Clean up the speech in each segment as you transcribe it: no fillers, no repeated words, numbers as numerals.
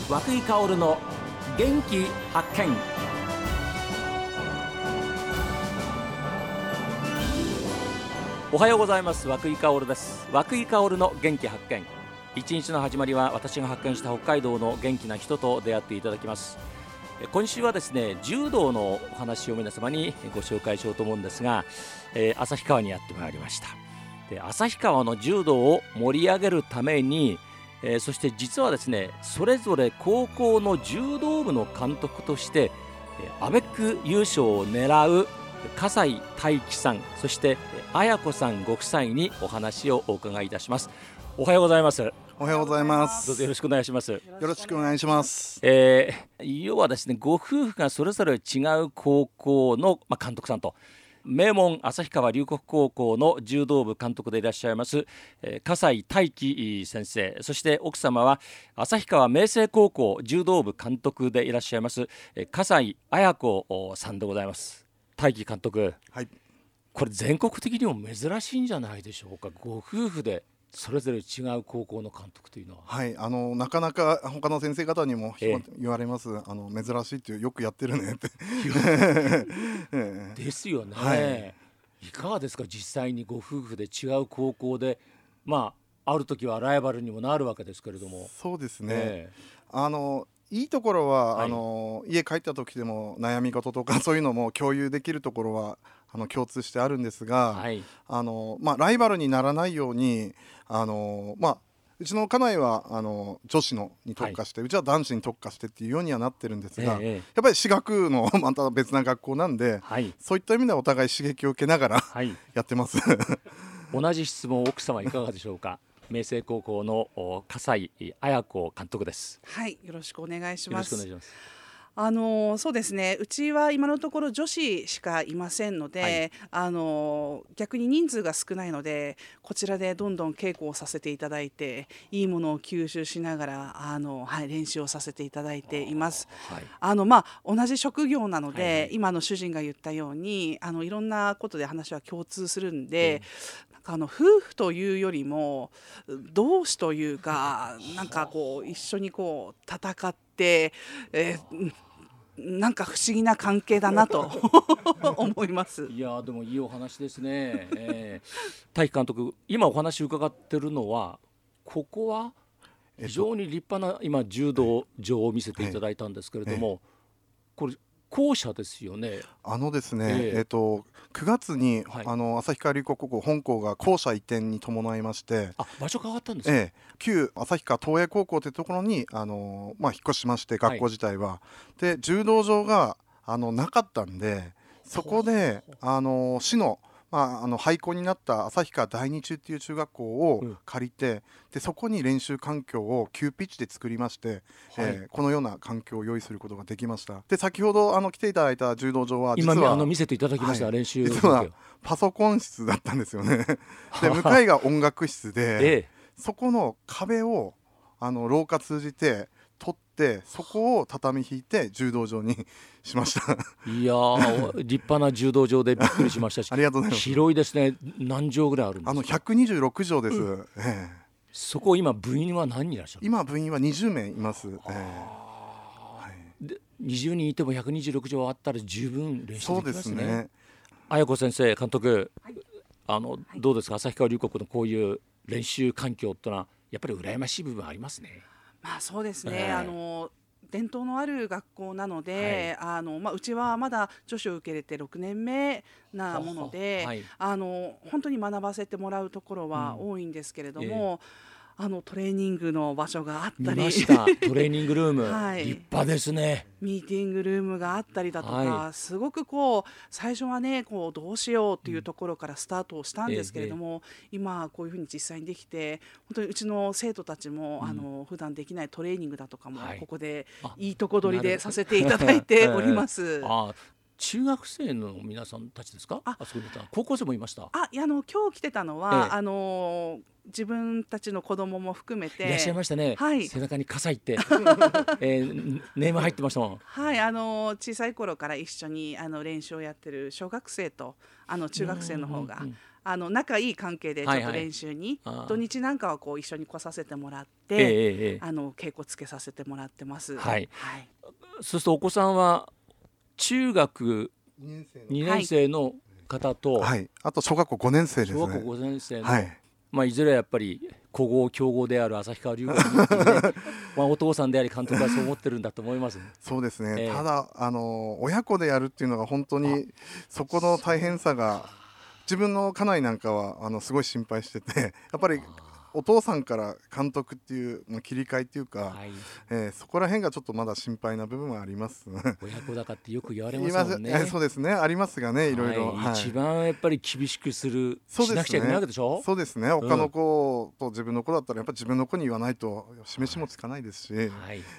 和久井薫の元気発見。おはようございます。和久井薫です。和久井薫の元気発見。一日の始まりは私が発見した北海道の元気な人と出会っていただきます。今週はですね、柔道のお話を皆様にご紹介しようと思うんですが、旭川にやってまいりました。で、旭川の柔道を盛り上げるために、そして実はですね、それぞれ高校の柔道部の監督としてアベック優勝を狙う笠井大樹さん、そして綾子さんご夫妻にお話をお伺いいたします。おはようございます。 おはようございます。 どうぞよろしくお願いします。 よろしくお願いします。 要はですね、ご夫婦がそれぞれ違う高校の、監督さんと、名門旭川龍谷高校の柔道部監督でいらっしゃいます、笠井大樹先生、そして奥様は旭川明星高校柔道部監督でいらっしゃいます、笠井綾子さんでございます。大樹監督、 はい、 これ全国的にも珍しいんじゃないでしょうか。ご夫婦でそれぞれ違う高校の監督というのは。 はい、なかなか他の先生方にも言われます。珍しいっていう、よくやってるねってですよね、 はい、 いかがですか。実際にご夫婦で違う高校で、ある時はライバルにもなるわけですけれども。 そうですね、いいところは、 はい、 家帰った時でも悩み事とかそういうのも共有できるところは共通してあるんですが、 はい、 ライバルにならないようにうちの家内は女子のに特化して、うちは男子に特化してっていうようにはなってるんですが、やっぱり私学のまた別な学校なんで、そういった意味ではお互い刺激を受けながら、やってます同じ質問、奥様いかがでしょうか。明星高校の笠井綾子監督です。 はい、よろしくお願いします。 よろしくお願いします。 そうですね、うちは今のところ女子しかいませんので、逆に人数が少ないので、こちらでどんどん稽古をさせていただいて、いいものを吸収しながら練習をさせていただいています。同じ職業なので、今の主人が言ったようにいろんなことで話は共通するんで、夫婦というよりも同志というか、なんかこう一緒にこう戦って、なんか不思議な関係だなと思います。 いやでもいいお話ですね。大樹監督、今お話伺ってるのは、ここは非常に立派な今柔道場を見せていただいたんですけれども、これ校舎ですよね。 ですね、9月に、旭川龍谷高校本校が校舎移転に伴いまして、 場所変わったんですか。 旧旭川東映高校というところに引っ越しまして、学校自体は、で柔道場がなかったんで、そこで市の廃校になった旭川第二中っていう中学校を借りて、でそこに練習環境を急ピッチで作りまして、このような環境を用意することができました。で先ほど来ていただいた柔道場は実は今見せていただきました、練習実はパソコン室だったんですよねで向かいが音楽室で、そこの壁を廊下通じて取って、そこを畳引いて柔道場にしましたいや立派な柔道場でびっくりしましたしありがとうございます。 広いですね。何畳ぐらいあるんですか。 126畳です、 そこ今部員は何人いらっしゃる。 今部員は20名います、 で20人いても126畳あったら十分練習できますね。 そうですね。 綾子先生、監督、どうですか。旭川龍谷のこういう練習環境ってのはやっぱり羨ましい部分ありますね。 そうですね、伝統のある学校なので、うちはまだ女子を受け入れて6年目なもので、本当に学ばせてもらうところは多いんですけれども、トレーニングの場所があったり、 見ました。トレーニングルーム、立派ですね。 ミーティングルームがあったりだとか、すごくこう最初はね、こうどうしようっていうところからスタートをしたんですけれども、今こういうふうに実際にできて、本当にうちの生徒たちも、普段できないトレーニングだとかも、ここでいいとこ取りでさせていただいております。 中学生の皆さんたちですか？あそこにいた高校生もいました。 今日来てたのは、自分たちの子供も含めていらっしゃいましたね、 はい、 背中に傘いって、ネーム入ってましたもん。 はい、小さい頃から一緒に練習をやってる小学生と中学生の方が、仲いい関係でちょっと練習に、土日なんかはこう一緒に来させてもらって、稽古つけさせてもらってます。 はい、そうするとお子さんは中学2年生の方と、 あと小学校5年生ですね。 小学校5年生の、いずれやっぱり古豪強豪である旭川龍谷っていうねお父さんであり監督はそう思ってるんだと思います、ね、 そうですね、ただ親子でやるっていうのが本当にそこの大変さが自分の家内なんかはすごい心配してて、やっぱりお父さんから監督っていう切り替えっていうか、そこら辺がちょっとまだ心配な部分はあります親子だかってよく言われますもんね。 そうですね、ありますがね、いろいろ、 一番やっぱり厳しくするしなくちゃいけないわけでしょ。 そうですね、他の子と自分の子だったらやっぱり自分の子に言わないと示しもつかないですし、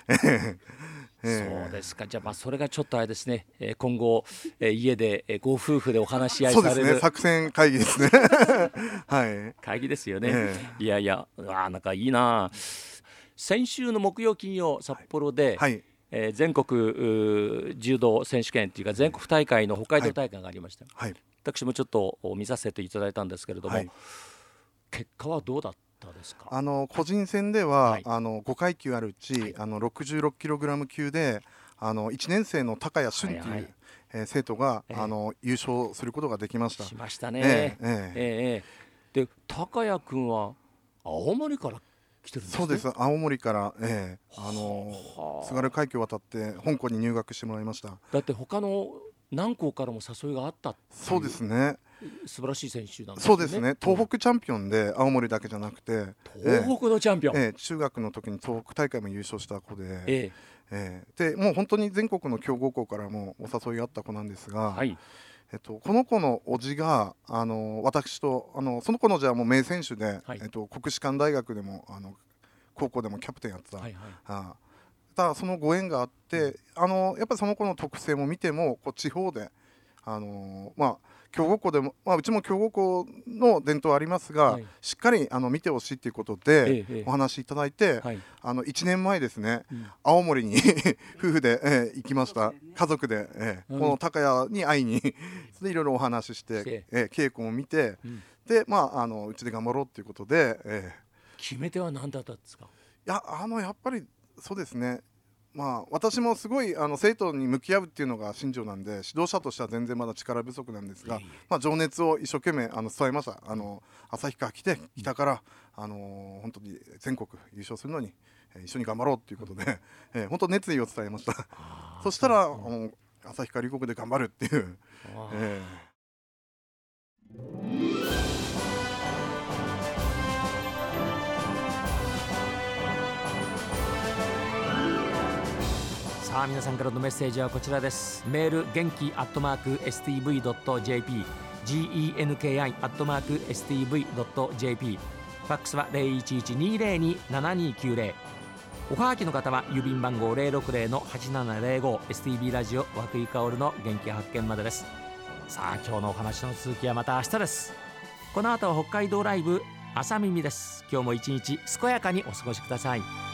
そうですか。じゃあそれがちょっとあれですね、今後家でご夫婦でお話し合いされる、 そうですね、作戦会議ですね会議ですよね、いやなんかいいな。先週の木曜金曜札幌で、全国柔道選手権っていうか全国大会の北海道大会がありました、私もちょっと見させていただいたんですけれども、結果はどうだったですか？ 個人戦では、5階級あるうち、66キログラム級で1年生の高谷俊という、生徒が、優勝することができました。 しましたね。で高谷君は青森から来てるんですね。 そうです、青森から、津軽海峡を渡って香港に入学してもらいました。 だって他の何校からも誘いがあったっていう。 そうですね、 素晴らしい選手なんですね。 そうですね、東北チャンピオンで青森だけじゃなくて東北のチャンピオン、 中学の時に東北大会も優勝した子で、でもう本当に全国の強豪校からもお誘いがあった子なんですが、この子の叔父が私とその子のじゃもう名選手で、国士舘大学でも高校でもキャプテンやってた、ただそのご縁があって、やっぱりその子の特性も見ても地方で強豪校でも、うちも強豪校の伝統ありますが、しっかり見てほしいということで、お話しいただいて、1年前ですね、青森に夫婦で、行きました。家族で、この高谷に会いにでいろいろお話しして、稽古も見て、でうちで頑張ろうということで、 決め手は何だったんですか？ やっぱりそうですね、私もすごい生徒に向き合うっていうのが信条なんで、指導者としては全然まだ力不足なんですが、情熱を一生懸命伝えました。旭川来たから本当に全国優勝するのに一緒に頑張ろうということで、本当熱意を伝えました。そしたら旭川龍谷で頑張るっていう。 さあ皆さんからのメッセージはこちらです。メール元気@stv.jp、 genki@stv.jp、 ファックスは 0112027290。 おはがきの方は郵便番号 060-8705 STB ラジオ和久井薫の元気発見までです。さあ今日のお話の続きはまた明日です。この後は北海道ライブ朝耳です。今日も一日健やかにお過ごしください。